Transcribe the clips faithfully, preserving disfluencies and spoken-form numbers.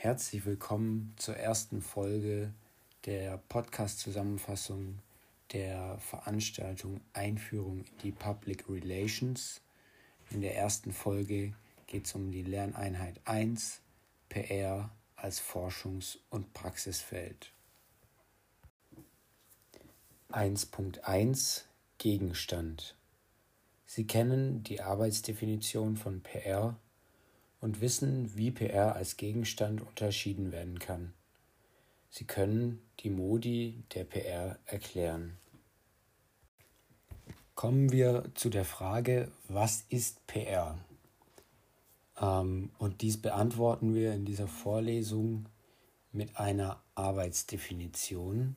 Herzlich willkommen zur ersten Folge der Podcast-Zusammenfassung der Veranstaltung Einführung in die Public Relations. In der ersten Folge geht es um die Lerneinheit eins, P R als Forschungs- und Praxisfeld. eins Punkt eins Gegenstand. Sie kennen die Arbeitsdefinition von P R und wissen, wie P R als Gegenstand unterschieden werden kann. Sie können die Modi der P R erklären. Kommen wir zu der Frage, was ist P R? Ähm, und dies beantworten wir in dieser Vorlesung mit einer Arbeitsdefinition.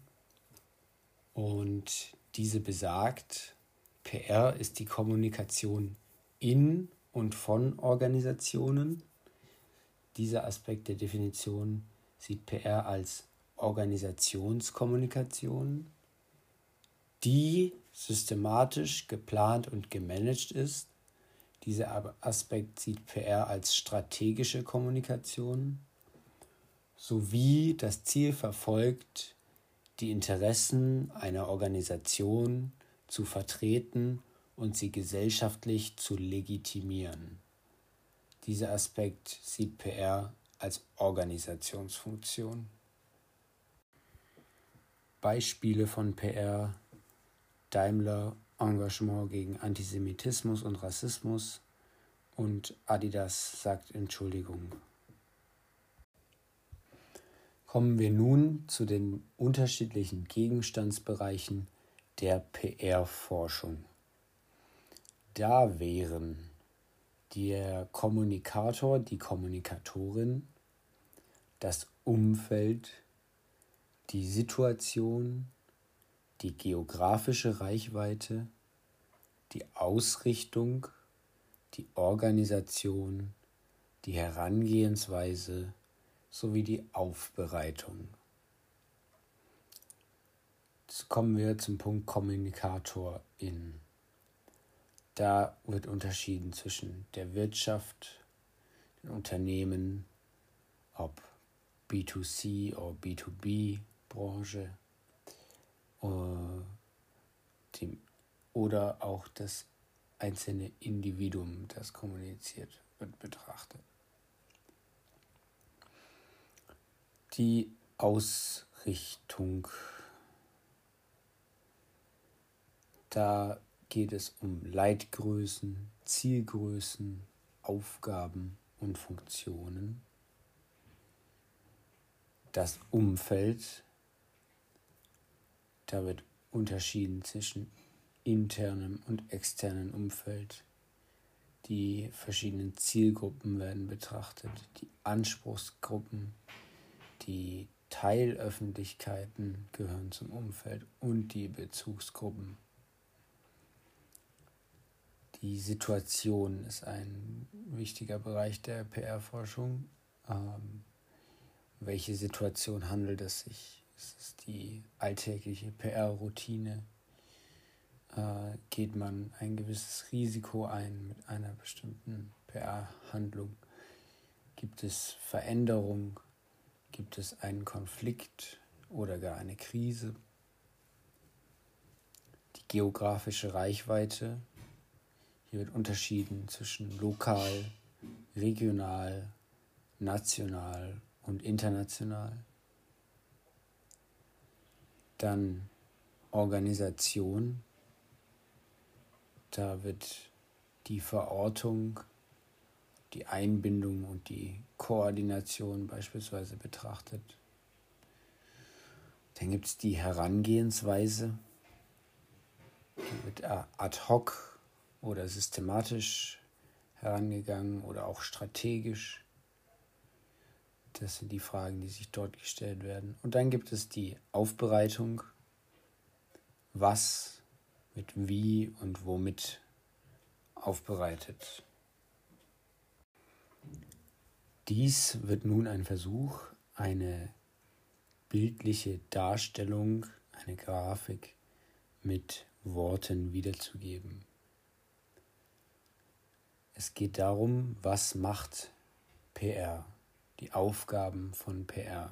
Und diese besagt, P R ist die Kommunikation in und von Organisationen. Dieser Aspekt der Definition sieht P R als Organisationskommunikation, die systematisch geplant und gemanagt ist. Dieser Aspekt sieht P R als strategische Kommunikation, sowie das Ziel verfolgt, die Interessen einer Organisation zu vertreten und sie gesellschaftlich zu legitimieren. Dieser Aspekt sieht P R als Organisationsfunktion. Beispiele von P R: Daimler, Engagement gegen Antisemitismus und Rassismus, und Adidas sagt Entschuldigung. Kommen wir nun zu den unterschiedlichen Gegenstandsbereichen der P R-Forschung. Da wären der Kommunikator, die Kommunikatorin, das Umfeld, die Situation, die geografische Reichweite, die Ausrichtung, die Organisation, die Herangehensweise sowie die Aufbereitung. Jetzt kommen wir zum Punkt Kommunikatorin. Da wird unterschieden zwischen der Wirtschaft, den Unternehmen, ob B zwei C oder B zwei B Branche oder auch das einzelne Individuum, das kommuniziert wird, betrachtet. Die Ausrichtung. Da geht es um Leitgrößen, Zielgrößen, Aufgaben und Funktionen. Das Umfeld. Da wird unterschieden zwischen internem und externem Umfeld. Die verschiedenen Zielgruppen werden betrachtet, die Anspruchsgruppen, die Teilöffentlichkeiten gehören zum Umfeld und die Bezugsgruppen. Die Situation ist ein wichtiger Bereich der P R-Forschung. Ähm, welche Situation handelt es sich? Ist es die alltägliche P R-Routine? Äh, geht man ein gewisses Risiko ein mit einer bestimmten P R-Handlung? Gibt es Veränderung? Gibt es einen Konflikt oder gar eine Krise? Die geografische Reichweite. Hier wird unterschieden zwischen lokal, regional, national und international. Dann Organisation. Da wird die Verortung, die Einbindung und die Koordination beispielsweise betrachtet. Dann gibt es die Herangehensweise. Die wird ad hoc oder systematisch herangegangen oder auch strategisch. Das sind die Fragen, die sich dort gestellt werden. Und dann gibt es die Aufbereitung, was mit wie und womit aufbereitet. Dies wird nun ein Versuch, eine bildliche Darstellung, eine Grafik mit Worten wiederzugeben. Es geht darum, was macht P R? die Aufgaben von P R.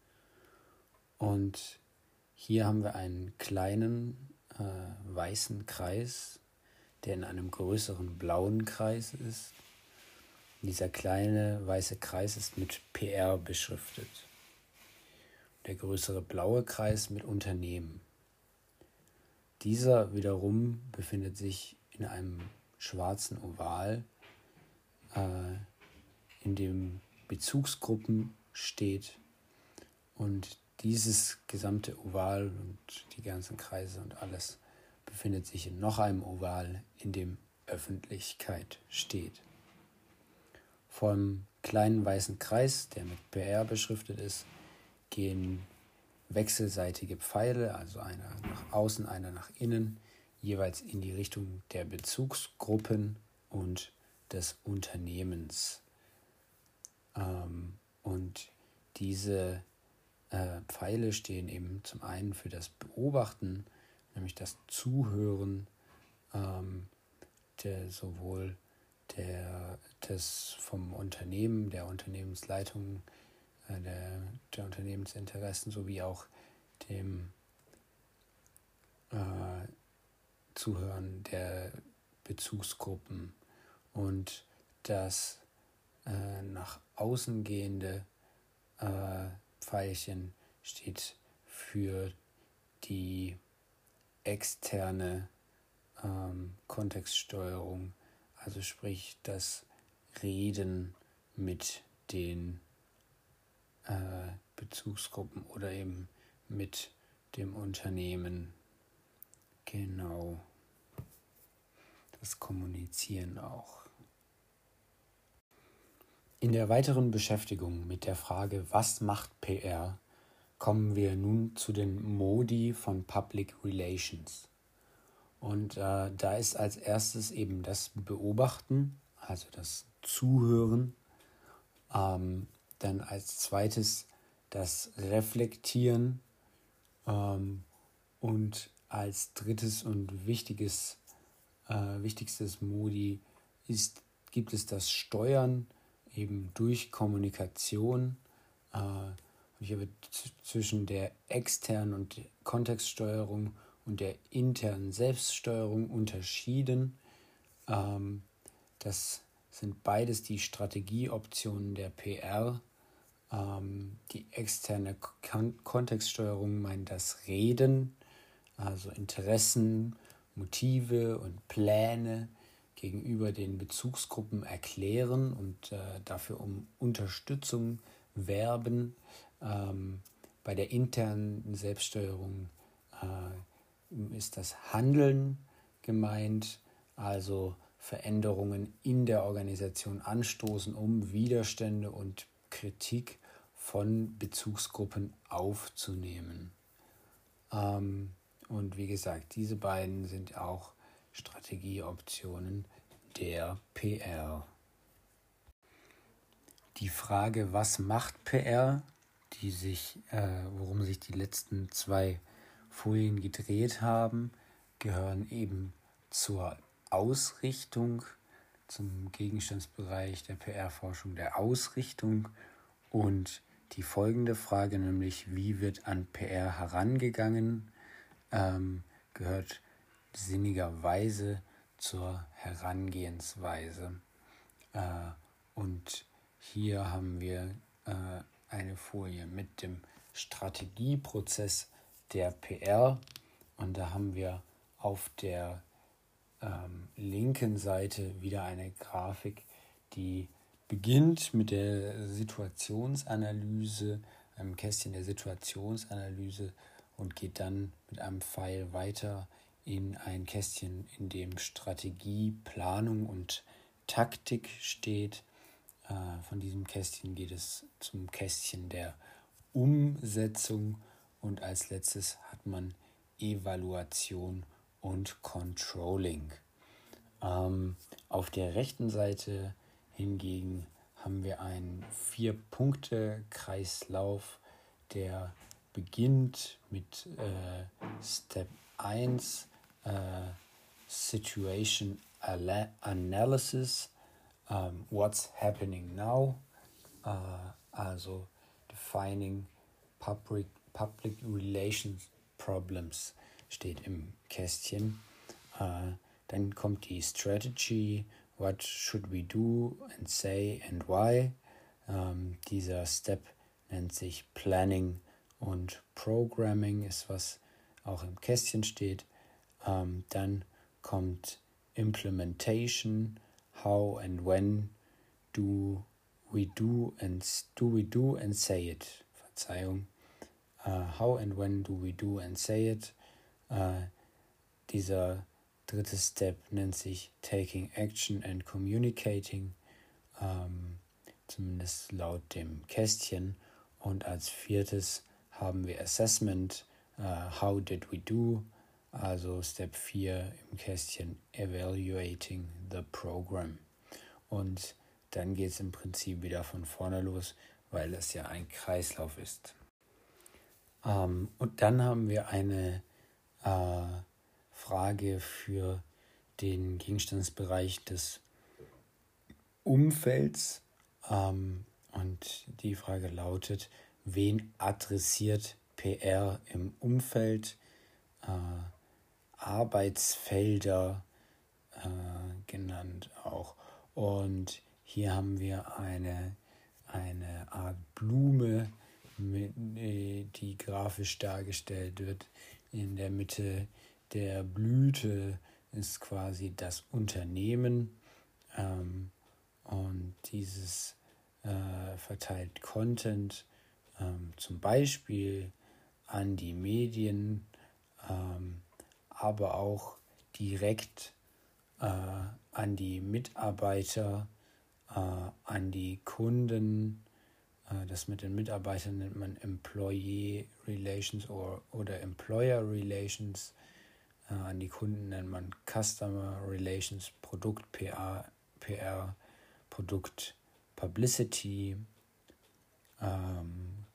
Und hier haben wir einen kleinen äh, weißen Kreis, der in einem größeren blauen Kreis ist. Dieser kleine weiße Kreis ist mit P R beschriftet. Der größere blaue Kreis mit Unternehmen. Dieser wiederum befindet sich in einem schwarzen Oval, äh, in dem Bezugsgruppen steht, und dieses gesamte Oval und die ganzen Kreise und alles befindet sich in noch einem Oval, in dem Öffentlichkeit steht. Vom kleinen weißen Kreis, der mit P R beschriftet ist, gehen wechselseitige Pfeile, also einer nach außen, einer nach innen, jeweils in die Richtung der Bezugsgruppen und des Unternehmens. Ähm, und diese äh, Pfeile stehen eben zum einen für das Beobachten, nämlich das Zuhören, ähm, der sowohl der, des vom Unternehmen, der Unternehmensleitung, äh, der, der Unternehmensinteressen sowie auch dem äh, Zuhören der Bezugsgruppen, und das äh, nach außen gehende äh, Pfeilchen steht für die externe ähm, Kontextsteuerung, also sprich das Reden mit den äh, Bezugsgruppen oder eben mit dem Unternehmen. Genau. Das Kommunizieren auch. In der weiteren Beschäftigung mit der Frage, was macht P R, kommen wir nun zu den Modi von Public Relations. Und äh, da ist als erstes eben das Beobachten, also das Zuhören, ähm, dann als zweites das Reflektieren ähm, und als drittes und wichtiges, äh, wichtigstes Modi ist, gibt es das Steuern, eben durch Kommunikation. Äh, und hier wird z- zwischen der externen und Kontextsteuerung und der internen Selbststeuerung unterschieden. Ähm, das sind beides die Strategieoptionen der P R. Ähm, die externe Kon- Kontextsteuerung meint das Reden, also Interessen, Motive und Pläne gegenüber den Bezugsgruppen erklären und äh, dafür um Unterstützung werben. Ähm, bei der internen Selbststeuerung äh, ist das Handeln gemeint, also Veränderungen in der Organisation anstoßen, um Widerstände und Kritik von Bezugsgruppen aufzunehmen. Ähm, und wie gesagt, diese beiden sind auch Strategieoptionen der P R. Die Frage, was macht P R, die sich, äh, worum sich die letzten zwei Folien gedreht haben, gehören eben zur Ausrichtung, zum Gegenstandsbereich der P R-Forschung der Ausrichtung, und die folgende Frage, nämlich wie wird an P R herangegangen, ähm, gehört sinnigerweise zur Herangehensweise. Äh, und hier haben wir äh, eine Folie mit dem Strategieprozess der P R, und da haben wir auf der ähm, linken Seite wieder eine Grafik, die beginnt mit der Situationsanalyse, einem Kästchen der Situationsanalyse, und geht dann mit einem Pfeil weiter in ein Kästchen, in dem Strategie, Planung und Taktik steht. Äh, von diesem Kästchen geht es zum Kästchen der Umsetzung, und als letztes hat man Evaluation und Controlling. Ähm, auf der rechten Seite hingegen haben wir einen Vier-Punkte-Kreislauf, der beginnt mit äh, Step eins, äh, Situation Analysis, um, What's happening now, uh, also Defining Public, Public Relations Problems steht im Kästchen. Äh, dann kommt die Strategy, what should we do and say and why. Ähm, dieser Step nennt sich Planning und Programming, ist was auch im Kästchen steht. Ähm, dann kommt Implementation, how and when do we do and do we do and say it. Verzeihung. Uh, how and when do we do and say it. Uh, dieser dritte Step nennt sich Taking Action and Communicating, ähm, zumindest laut dem Kästchen. Und als viertes haben wir Assessment, uh, how did we do, also Step vier im Kästchen Evaluating the Program. Und dann geht es im Prinzip wieder von vorne los, weil es ja ein Kreislauf ist. Ähm, und dann haben wir eine äh, Frage für den Gegenstandsbereich des Umfelds. Ähm, und die Frage lautet, wen adressiert P R im Umfeld? Äh, Arbeitsfelder äh, genannt auch. Und hier haben wir eine, eine Art Blume, mit, die grafisch dargestellt wird. In der Mitte der Blüte ist quasi das Unternehmen, ähm, und dieses äh, verteilt Content, ähm, zum Beispiel an die Medien, ähm, aber auch direkt äh, an die Mitarbeiter, äh, an die Kunden. Äh, das mit den Mitarbeitern nennt man Employee Relations or, oder Employer Relations. Äh, an die Kunden nennt man Customer Relations, Produkt P R, P R Produkt Publicity. Ähm,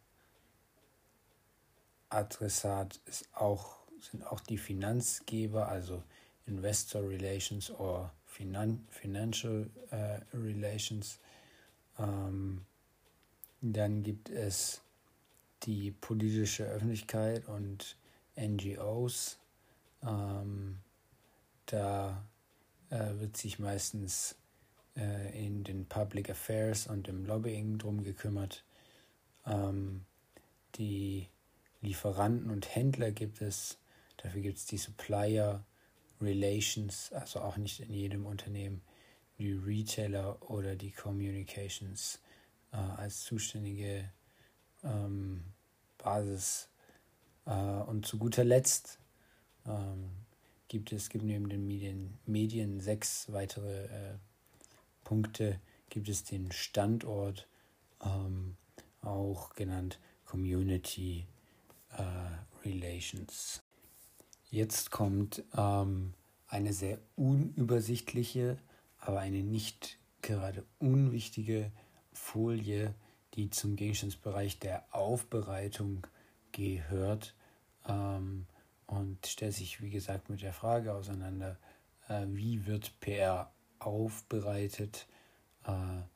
Adressat ist auch, sind auch die Finanzgeber, also Investor Relations or Finan- Financial äh, Relations. Ähm, dann gibt es die politische Öffentlichkeit und N G Os. Ähm, da äh, wird sich meistens äh, in den Public Affairs und im Lobbying drum gekümmert. Ähm, die Lieferanten und Händler gibt es. Dafür gibt es die Supplier Relations, also auch nicht in jedem Unternehmen, die Retailer oder die Communications äh, als zuständige ähm, Basis. Äh, und zu guter Letzt ähm, gibt es gibt neben den Medien, Medien sechs weitere äh, Punkte. Gibt es den Standort, ähm, auch genannt Community äh, Relations. Jetzt kommt ähm, eine sehr unübersichtliche, aber eine nicht gerade unwichtige Folie, die zum Gegenstandsbereich der Aufbereitung gehört, ähm, und stellt sich, wie gesagt, mit der Frage auseinander, äh, wie wird P R aufbereitet. Äh,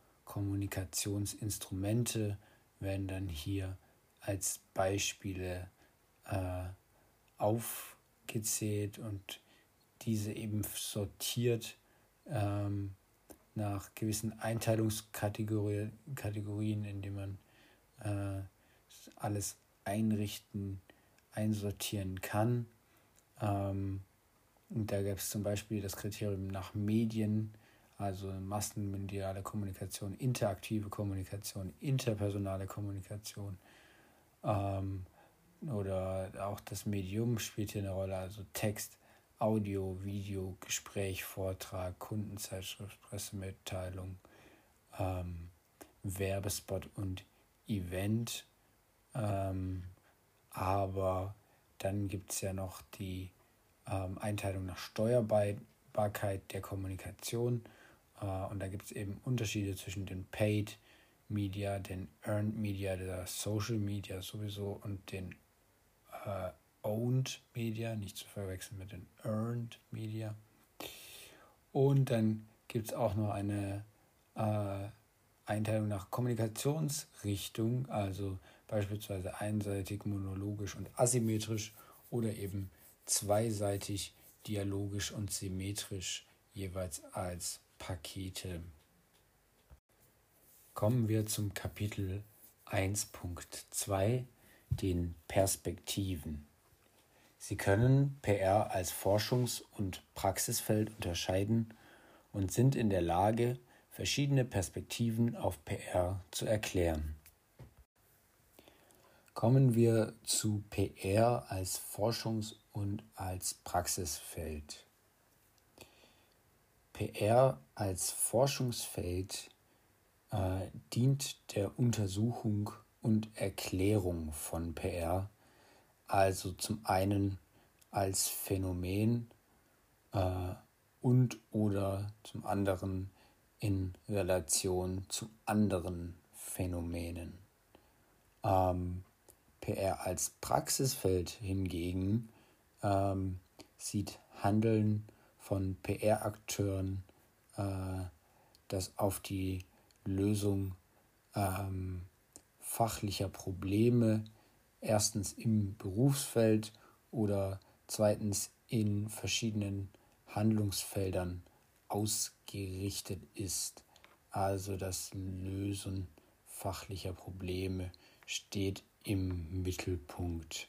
Kommunikationsinstrumente werden dann hier als Beispiele äh, aufgezählt und diese eben sortiert ähm, nach gewissen Einteilungskategorien, Kategorien, indem man äh, alles einrichten, einsortieren kann. Ähm, und da gab es zum Beispiel das Kriterium nach Medien, also massenmediale Kommunikation, interaktive Kommunikation, interpersonale Kommunikation, ähm, oder auch das Medium spielt hier eine Rolle, also Text, Audio, Video, Gespräch, Vortrag, Kundenzeitschrift, Pressemitteilung, ähm, Werbespot und Event. Ähm, aber dann gibt es ja noch die ähm, Einteilung nach Steuerbarkeit der Kommunikation. Äh, und da gibt es eben Unterschiede zwischen den Paid Media, den Earned Media, der Social Media sowieso und den äh, Owned Media, nicht zu verwechseln mit den Earned Media. Und dann gibt es auch noch eine, äh, Einteilung nach Kommunikationsrichtung, also beispielsweise einseitig, monologisch und asymmetrisch oder eben zweiseitig, dialogisch und symmetrisch, jeweils als Pakete. Kommen wir zum Kapitel eins Punkt zwei, den Perspektiven. Sie können P R als Forschungs- und Praxisfeld unterscheiden und sind in der Lage, verschiedene Perspektiven auf P R zu erklären. Kommen wir zu P R als Forschungs- und als Praxisfeld. P R als Forschungsfeld äh, dient der Untersuchung und Erklärung von P R, also zum einen als Phänomen äh, und oder zum anderen in Relation zu anderen Phänomenen. Ähm, P R als Praxisfeld hingegen ähm, sieht Handeln von P R-Akteuren, äh, das auf die Lösung ähm, fachlicher Probleme erstens im Berufsfeld oder zweitens in verschiedenen Handlungsfeldern ausgerichtet ist. Also das Lösen fachlicher Probleme steht im Mittelpunkt.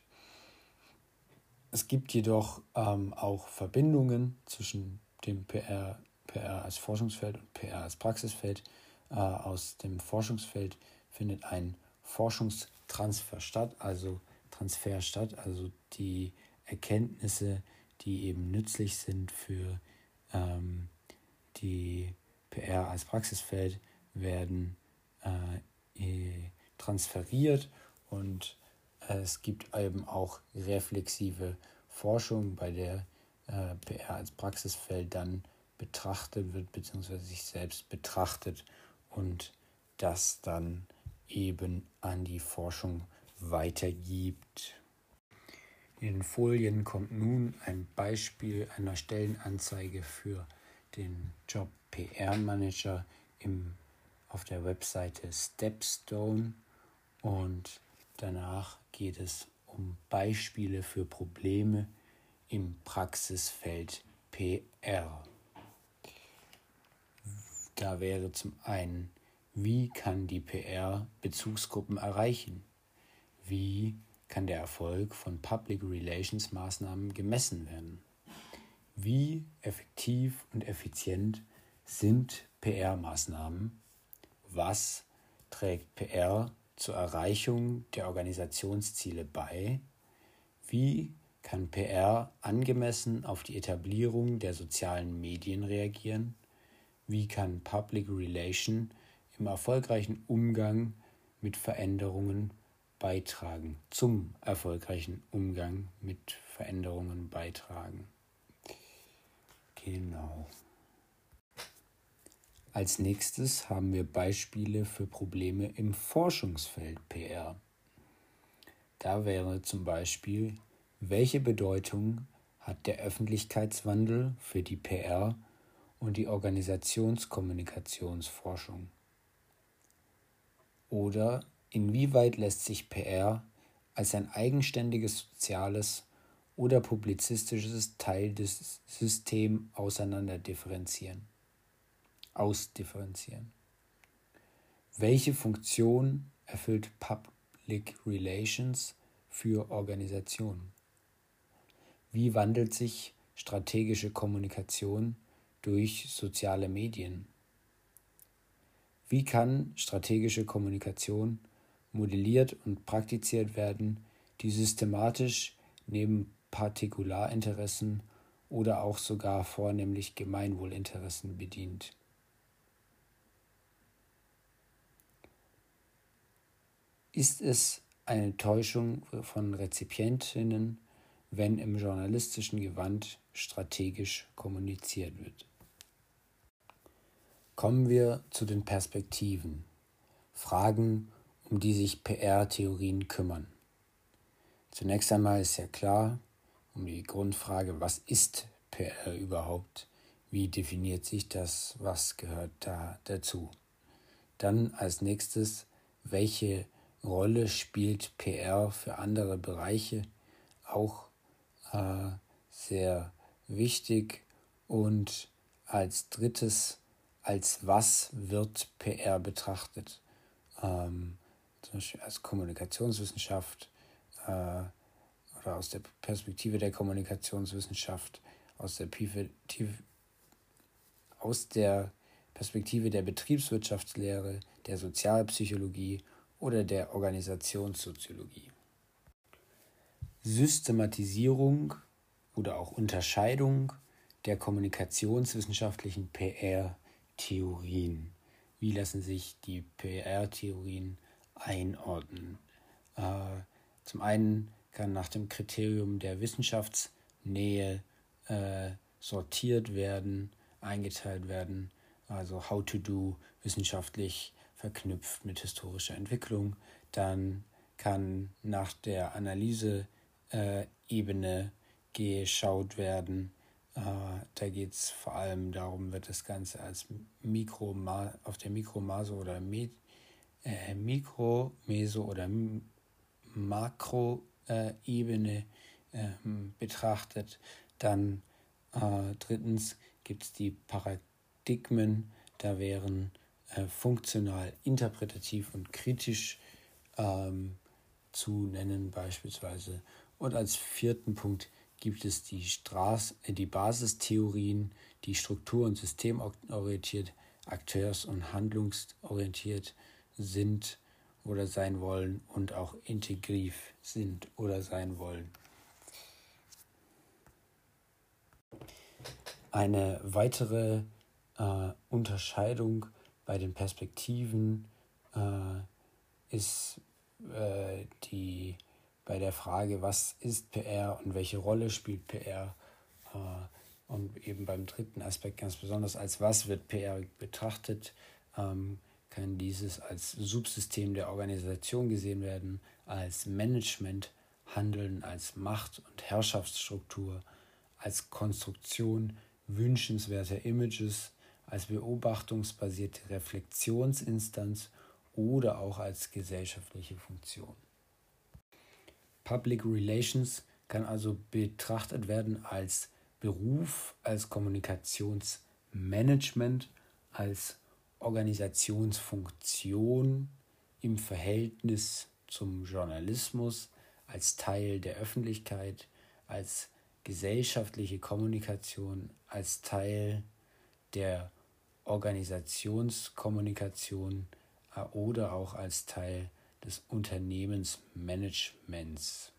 Es gibt jedoch ähm, auch Verbindungen zwischen dem P R, P R als Forschungsfeld und P R als Praxisfeld. Äh, aus dem Forschungsfeld findet ein Forschungstransfer statt, also Transfer statt, also die Erkenntnisse, die eben nützlich sind für ähm, die P R als Praxisfeld, werden äh, transferiert und äh, es gibt eben auch reflexive Forschung, bei der äh, P R als Praxisfeld dann betrachtet wird bzw. sich selbst betrachtet und das dann eben an die Forschung weitergibt. In den Folien kommt nun ein Beispiel einer Stellenanzeige für den Job P R-Manager im, auf der Webseite Stepstone und danach geht es um Beispiele für Probleme im Praxisfeld P R. Da wäre zum einen, wie kann die P R Bezugsgruppen erreichen? Wie kann der Erfolg von Public Relations Maßnahmen gemessen werden? Wie effektiv und effizient sind P R-Maßnahmen? Was trägt P R zur Erreichung der Organisationsziele bei? Wie kann P R angemessen auf die Etablierung der sozialen Medien reagieren? Wie kann Public Relation im erfolgreichen Umgang mit Veränderungen beitragen, zum erfolgreichen Umgang mit Veränderungen beitragen? Genau. Als nächstes haben wir Beispiele für Probleme im Forschungsfeld P R. Da wäre zum Beispiel, welche Bedeutung hat der Öffentlichkeitswandel für die P R und die Organisationskommunikationsforschung? Oder inwieweit lässt sich P R als ein eigenständiges soziales oder publizistisches Teil des Systems auseinander differenzieren, ausdifferenzieren? Welche Funktion erfüllt Public Relations für Organisationen? Wie wandelt sich strategische Kommunikation durch soziale Medien? Wie kann strategische Kommunikation modelliert und praktiziert werden, die systematisch neben Partikularinteressen oder auch sogar vornehmlich Gemeinwohlinteressen bedient? Ist es eine Täuschung von Rezipientinnen, wenn im journalistischen Gewand strategisch kommuniziert wird? Kommen wir zu den Perspektiven, Fragen, um die sich P R-Theorien kümmern. Zunächst einmal ist ja klar, um die Grundfrage, was ist P R überhaupt? Wie definiert sich das? Was gehört da dazu? Dann als nächstes, welche Rolle spielt P R für andere Bereiche? Auch äh, sehr wichtig. Und als drittes, als was wird P R betrachtet? Ähm, zum Beispiel als Kommunikationswissenschaft äh, oder aus der Perspektive der Kommunikationswissenschaft, aus der, aus der Perspektive der Betriebswirtschaftslehre, der Sozialpsychologie oder der Organisationssoziologie. Systematisierung oder auch Unterscheidung der kommunikationswissenschaftlichen P R-Theorien. Wie lassen sich die P R-Theorien einordnen? Äh, zum einen kann nach dem Kriterium der Wissenschaftsnähe äh, sortiert werden, eingeteilt werden, also How to Do wissenschaftlich verknüpft mit historischer Entwicklung. Dann kann nach der Analyse äh, Ebene geschaut werden. Äh, da geht es vor allem darum, wird das Ganze als Mikro, auf der Mikro-, Maso- oder Me, äh, Mikro-, Meso- oder Makroebene äh, betrachtet. Dann äh, drittens gibt es die Paradigmen, da wären äh, funktional, interpretativ und kritisch ähm, zu nennen beispielsweise. Und als vierten Punkt gibt es die, Straß, äh, die Basistheorien, die struktur- und systemorientiert, akteurs- und handlungsorientiert sind oder sein wollen und auch integriv sind oder sein wollen. Eine weitere äh, Unterscheidung bei den Perspektiven äh, ist äh, die bei der Frage, was ist P R und welche Rolle spielt P R, äh, und eben beim dritten Aspekt ganz besonders, als was wird P R betrachtet, ähm, kann dieses als Subsystem der Organisation gesehen werden, als Management, Handeln, als Macht- und Herrschaftsstruktur, als Konstruktion wünschenswerter Images, als beobachtungsbasierte Reflexionsinstanz oder auch als gesellschaftliche Funktion. Public Relations kann also betrachtet werden als Beruf, als Kommunikationsmanagement, als Organisationsfunktion im Verhältnis zum Journalismus, als Teil der Öffentlichkeit, als gesellschaftliche Kommunikation, als Teil der Organisationskommunikation äh, oder auch als Teil des Unternehmensmanagements.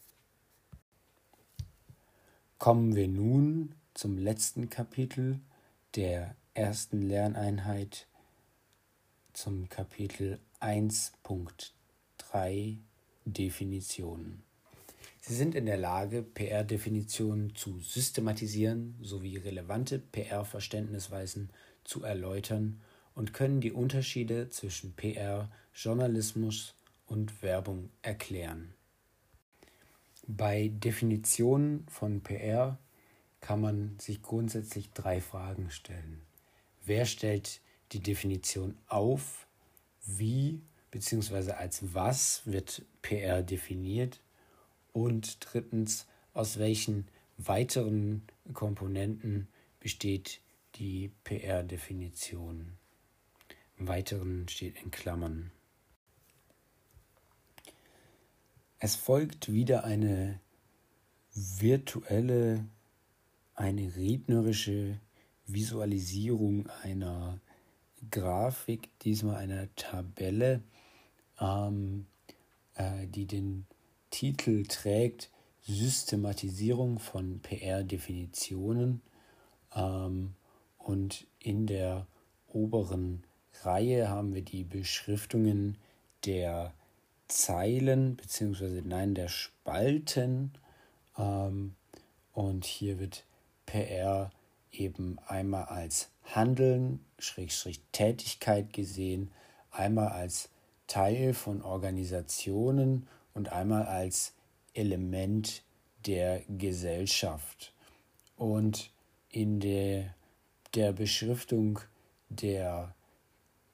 Kommen wir nun zum letzten Kapitel der ersten Lerneinheit, zum Kapitel eins Punkt drei Definitionen. Sie sind in der Lage, P R-Definitionen zu systematisieren sowie relevante P R-Verständnisweisen zu erläutern und können die Unterschiede zwischen P R, Journalismus und Werbung erklären. Bei Definitionen von P R kann man sich grundsätzlich drei Fragen stellen. Wer stellt die Definition auf? Wie bzw. als was wird P R definiert? Und drittens, aus welchen weiteren Komponenten besteht die P R-Definition? Im Weiteren steht in Klammern. Es folgt wieder eine virtuelle, eine rednerische Visualisierung einer Grafik, diesmal einer Tabelle, ähm, äh, die den Titel trägt Systematisierung von P R-Definitionen, ähm, und in der oberen Reihe haben wir die Beschriftungen der Zeilen bzw. nein der Spalten, ähm, und hier wird P R eben einmal als Handeln, Schrägstrich Tätigkeit gesehen, einmal als Teil von Organisationen und einmal als Element der Gesellschaft. Und in der, der Beschriftung der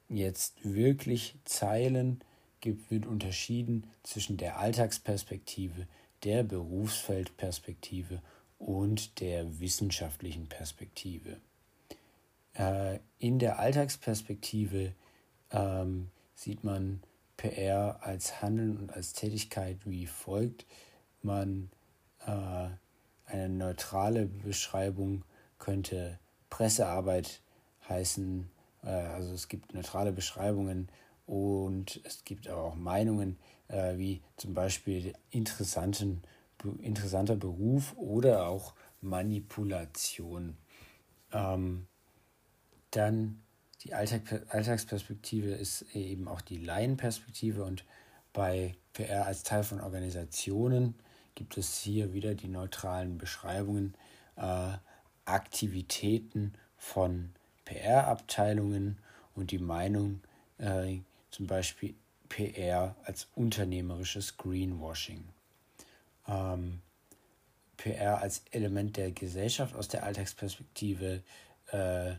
jetzt wirklich Zeilen gibt, wird unterschieden zwischen der Alltagsperspektive, der Berufsfeldperspektive und der wissenschaftlichen Perspektive. Äh, in der Alltagsperspektive ähm, sieht man P R als Handeln und als Tätigkeit wie folgt. Man äh, eine neutrale Beschreibung könnte Pressearbeit heißen, äh, also es gibt neutrale Beschreibungen und es gibt aber auch Meinungen, äh, wie zum Beispiel interessanten, interessanter Beruf oder auch Manipulation. Ähm, dann die Alltag, Alltagsperspektive ist eben auch die Laienperspektive, und bei P R als Teil von Organisationen gibt es hier wieder die neutralen Beschreibungen, äh, Aktivitäten von P R-Abteilungen und die Meinung, äh, zum Beispiel P R als unternehmerisches Greenwashing. Ähm, P R als Element der Gesellschaft aus der Alltagsperspektive, äh,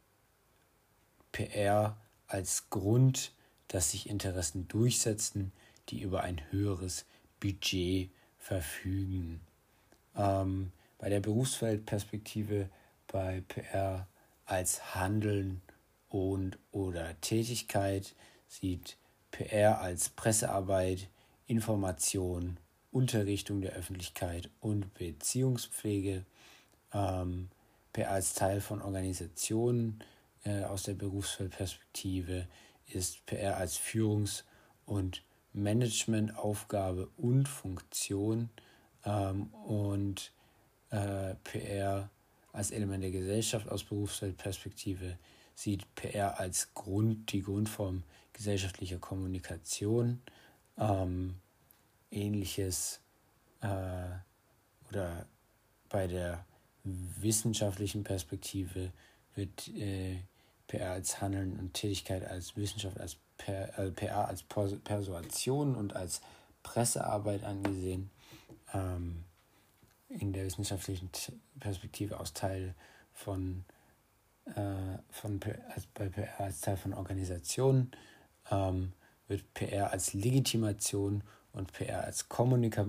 P R als Grund, dass sich Interessen durchsetzen, die über ein höheres Budget verfügen. Ähm, bei der Berufsfeldperspektive bei P R als Handeln und oder Tätigkeit sieht P R als Pressearbeit, Information, Unterrichtung der Öffentlichkeit und Beziehungspflege. Ähm, P R als Teil von Organisationen äh, aus der Berufsfeldperspektive ist P R als Führungs- und Managementaufgabe und Funktion, ähm, und äh, P R als Element der Gesellschaft aus Berufsfeldperspektive sieht P R als Grund, die Grundform gesellschaftlicher Kommunikation. Ähm, ähnliches äh, oder bei der wissenschaftlichen Perspektive wird äh, P R als Handeln und Tätigkeit als Wissenschaft, als per, äh, P R als Persuasion und als Pressearbeit angesehen. Ähm, in der wissenschaftlichen Perspektive aus Teil von, äh, von P R, als bei P R als Teil von Organisationen, ähm, wird P R als Legitimation und P R als Kommunika-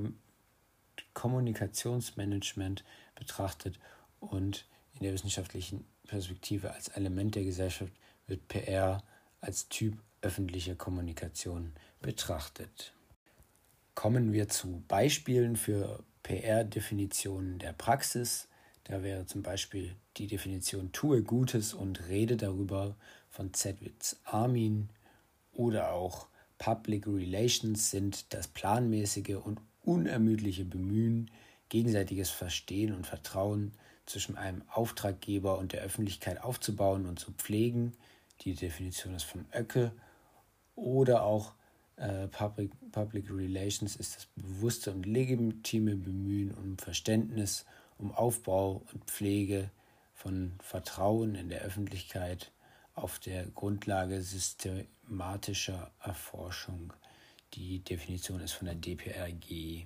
Kommunikationsmanagement betrachtet, und in der wissenschaftlichen Perspektive als Element der Gesellschaft wird P R als Typ öffentlicher Kommunikation betrachtet. Kommen wir zu Beispielen für P R-Definitionen der Praxis. Da wäre zum Beispiel die Definition "Tue Gutes und rede darüber" von Zedwitz Armin, oder auch Public Relations sind das planmäßige und unermüdliche Bemühen, gegenseitiges Verstehen und Vertrauen zwischen einem Auftraggeber und der Öffentlichkeit aufzubauen und zu pflegen. Die Definition ist von Oecke. Oder auch äh, Public, Public Relations ist das bewusste und legitime Bemühen um Verständnis, um Aufbau und Pflege von Vertrauen in der Öffentlichkeit auf der Grundlage systematischer Erforschung. Die Definition ist von der D P R G.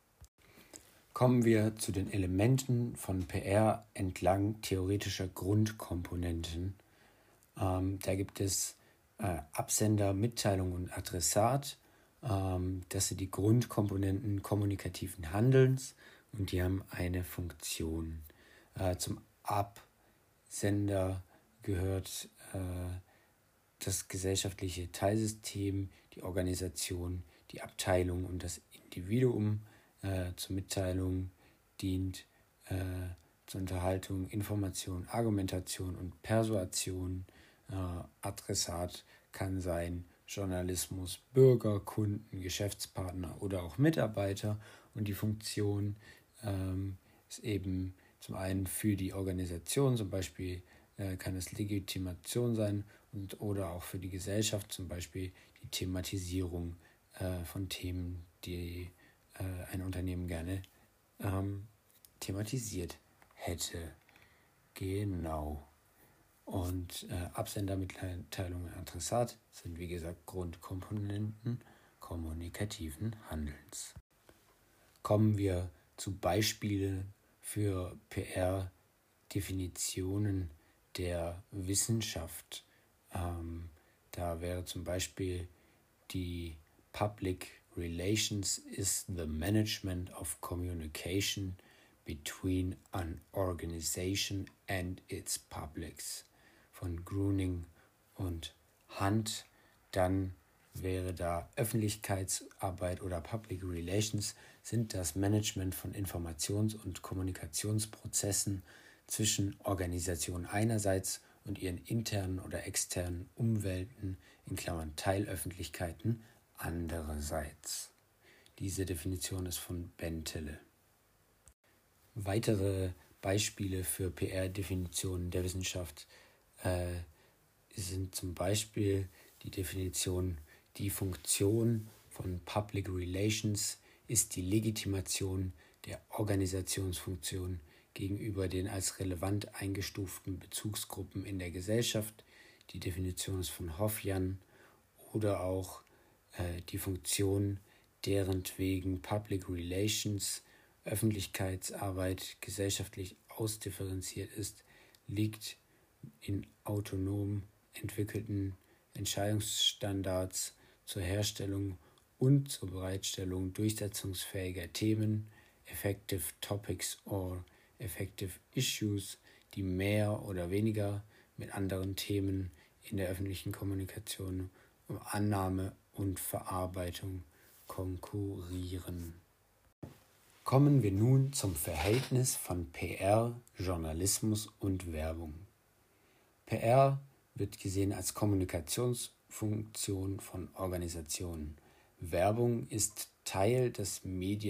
Kommen wir zu den Elementen von P R entlang theoretischer Grundkomponenten. Ähm, da gibt es äh, Absender, Mitteilung und Adressat. Ähm, das sind die Grundkomponenten kommunikativen Handelns, und die haben eine Funktion. Äh, zum Absender gehört äh, das gesellschaftliche Teilsystem, die Organisation, die Abteilung und das Individuum. Äh, zur Mitteilung dient äh, zur Unterhaltung, Information, Argumentation und Persuasion. Äh, Adressat kann sein Journalismus, Bürger, Kunden, Geschäftspartner oder auch Mitarbeiter, und die Funktion ähm, ist eben zum einen für die Organisation, zum Beispiel äh, kann es Legitimation sein, und, oder auch für die Gesellschaft, zum Beispiel die Thematisierung äh, von Themen, die äh, ein Unternehmen gerne ähm, thematisiert hätte. Genau. Und äh, Absender, Mitteilung und Adressat sind, wie gesagt, Grundkomponenten kommunikativen Handelns. Kommen wir zu Beispielen für P R-Definitionen der Wissenschaft. Ähm, Da wäre zum Beispiel die Public Relations is the management of communication between an organization and its publics von Gruning und Hunt. Dann wäre da Öffentlichkeitsarbeit oder Public Relations sind das Management von Informations- und Kommunikationsprozessen zwischen Organisationen einerseits und ihren internen oder externen Umwelten in Klammern Teilöffentlichkeiten andererseits. Diese Definition ist von Ben Tille. Weitere Beispiele für P R-Definitionen der Wissenschaft äh, sind zum Beispiel die Definition, die Funktion von Public Relations ist die Legitimation der Organisationsfunktion gegenüber den als relevant eingestuften Bezugsgruppen in der Gesellschaft. Die Definition ist von Hofjan. Oder auch äh, die Funktion, deren wegen Public Relations Öffentlichkeitsarbeit gesellschaftlich ausdifferenziert ist, liegt in autonom entwickelten Entscheidungsstandards zur Herstellung und zur Bereitstellung durchsetzungsfähiger Themen, effective topics or effective issues, die mehr oder weniger mit anderen Themen in der öffentlichen Kommunikation um Annahme und Verarbeitung konkurrieren. Kommen wir nun zum Verhältnis von P R, Journalismus und Werbung. P R wird gesehen als Kommunikationsfunktion von Organisationen. Werbung ist Teil des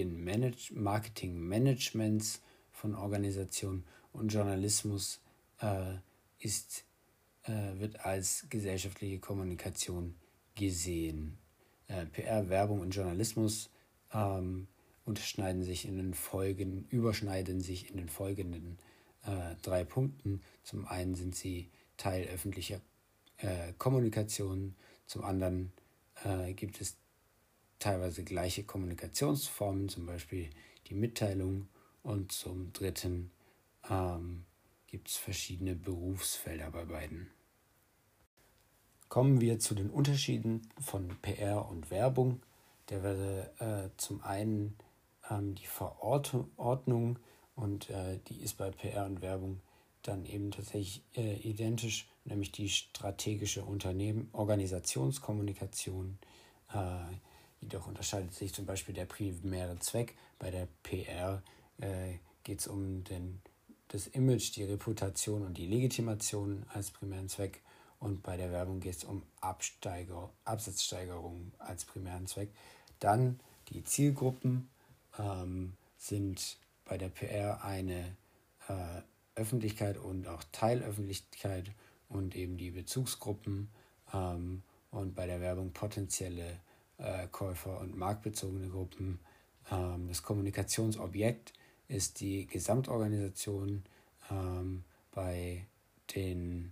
Medien-Marketing-Managements von Organisationen und Journalismus äh, ist, äh, wird als gesellschaftliche Kommunikation gesehen. Äh, P R, Werbung und Journalismus ähm, unterschneiden sich in den Folgen, überschneiden sich in den folgenden äh, drei Punkten. Zum einen sind sie Teil öffentlicher äh, Kommunikation, zum anderen äh, gibt es teilweise gleiche Kommunikationsformen, zum Beispiel die Mitteilung, und zum dritten ähm, gibt es verschiedene Berufsfelder bei beiden. Kommen wir zu den Unterschieden von P R und Werbung. Der wäre äh, zum einen ähm, die Verordnung und äh, die ist bei P R und Werbung dann eben tatsächlich äh, identisch, nämlich die strategische Unternehmen Organisationskommunikation. Äh, jedoch unterscheidet sich zum Beispiel der primäre Zweck. Bei der P R äh, geht es um den, das Image, die Reputation und die Legitimation als primären Zweck. Und bei der Werbung geht es um Absteiger, Absatzsteigerung als primären Zweck. Dann die Zielgruppen ähm, sind bei der P R eine äh, Öffentlichkeit und auch Teilöffentlichkeit und eben die Bezugsgruppen ähm, und bei der Werbung potenzielle äh, Käufer und marktbezogene Gruppen. Ähm, das Kommunikationsobjekt ist die Gesamtorganisation. Ähm, bei den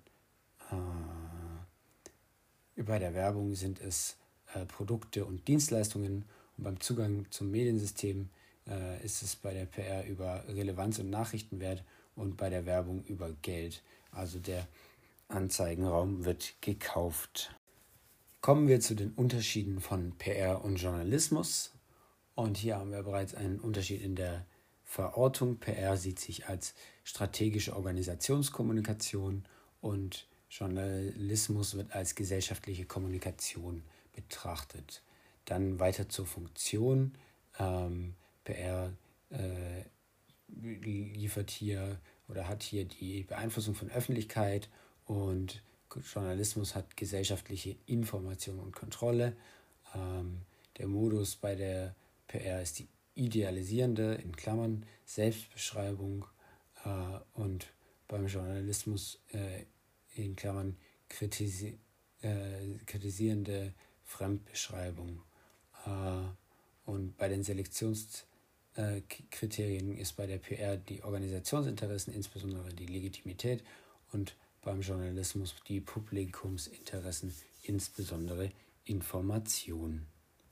Äh, bei der Werbung sind es äh, Produkte und Dienstleistungen und beim Zugang zum Mediensystem äh, ist es bei der P R über Relevanz und Nachrichtenwert und bei der Werbung über Geld. Also der Anzeigenraum wird gekauft. Kommen wir zu den Unterschieden von P R und Journalismus. Und hier haben wir bereits einen Unterschied in der Verortung. P R sieht sich als strategische Organisationskommunikation und Journalismus wird als gesellschaftliche Kommunikation betrachtet. Dann weiter zur Funktion. Ähm, P R äh, liefert hier oder hat hier die Beeinflussung von Öffentlichkeit und Journalismus hat gesellschaftliche Information und Kontrolle. Ähm, der Modus bei der P R ist die idealisierende, in Klammern, Selbstbeschreibung äh, und beim Journalismus äh, in Klammern kritisi- äh, kritisierende Fremdbeschreibung. Äh, und bei den Selektionskriterien äh, ist bei der P R die Organisationsinteressen, insbesondere die Legitimität, und beim Journalismus die Publikumsinteressen, insbesondere Information.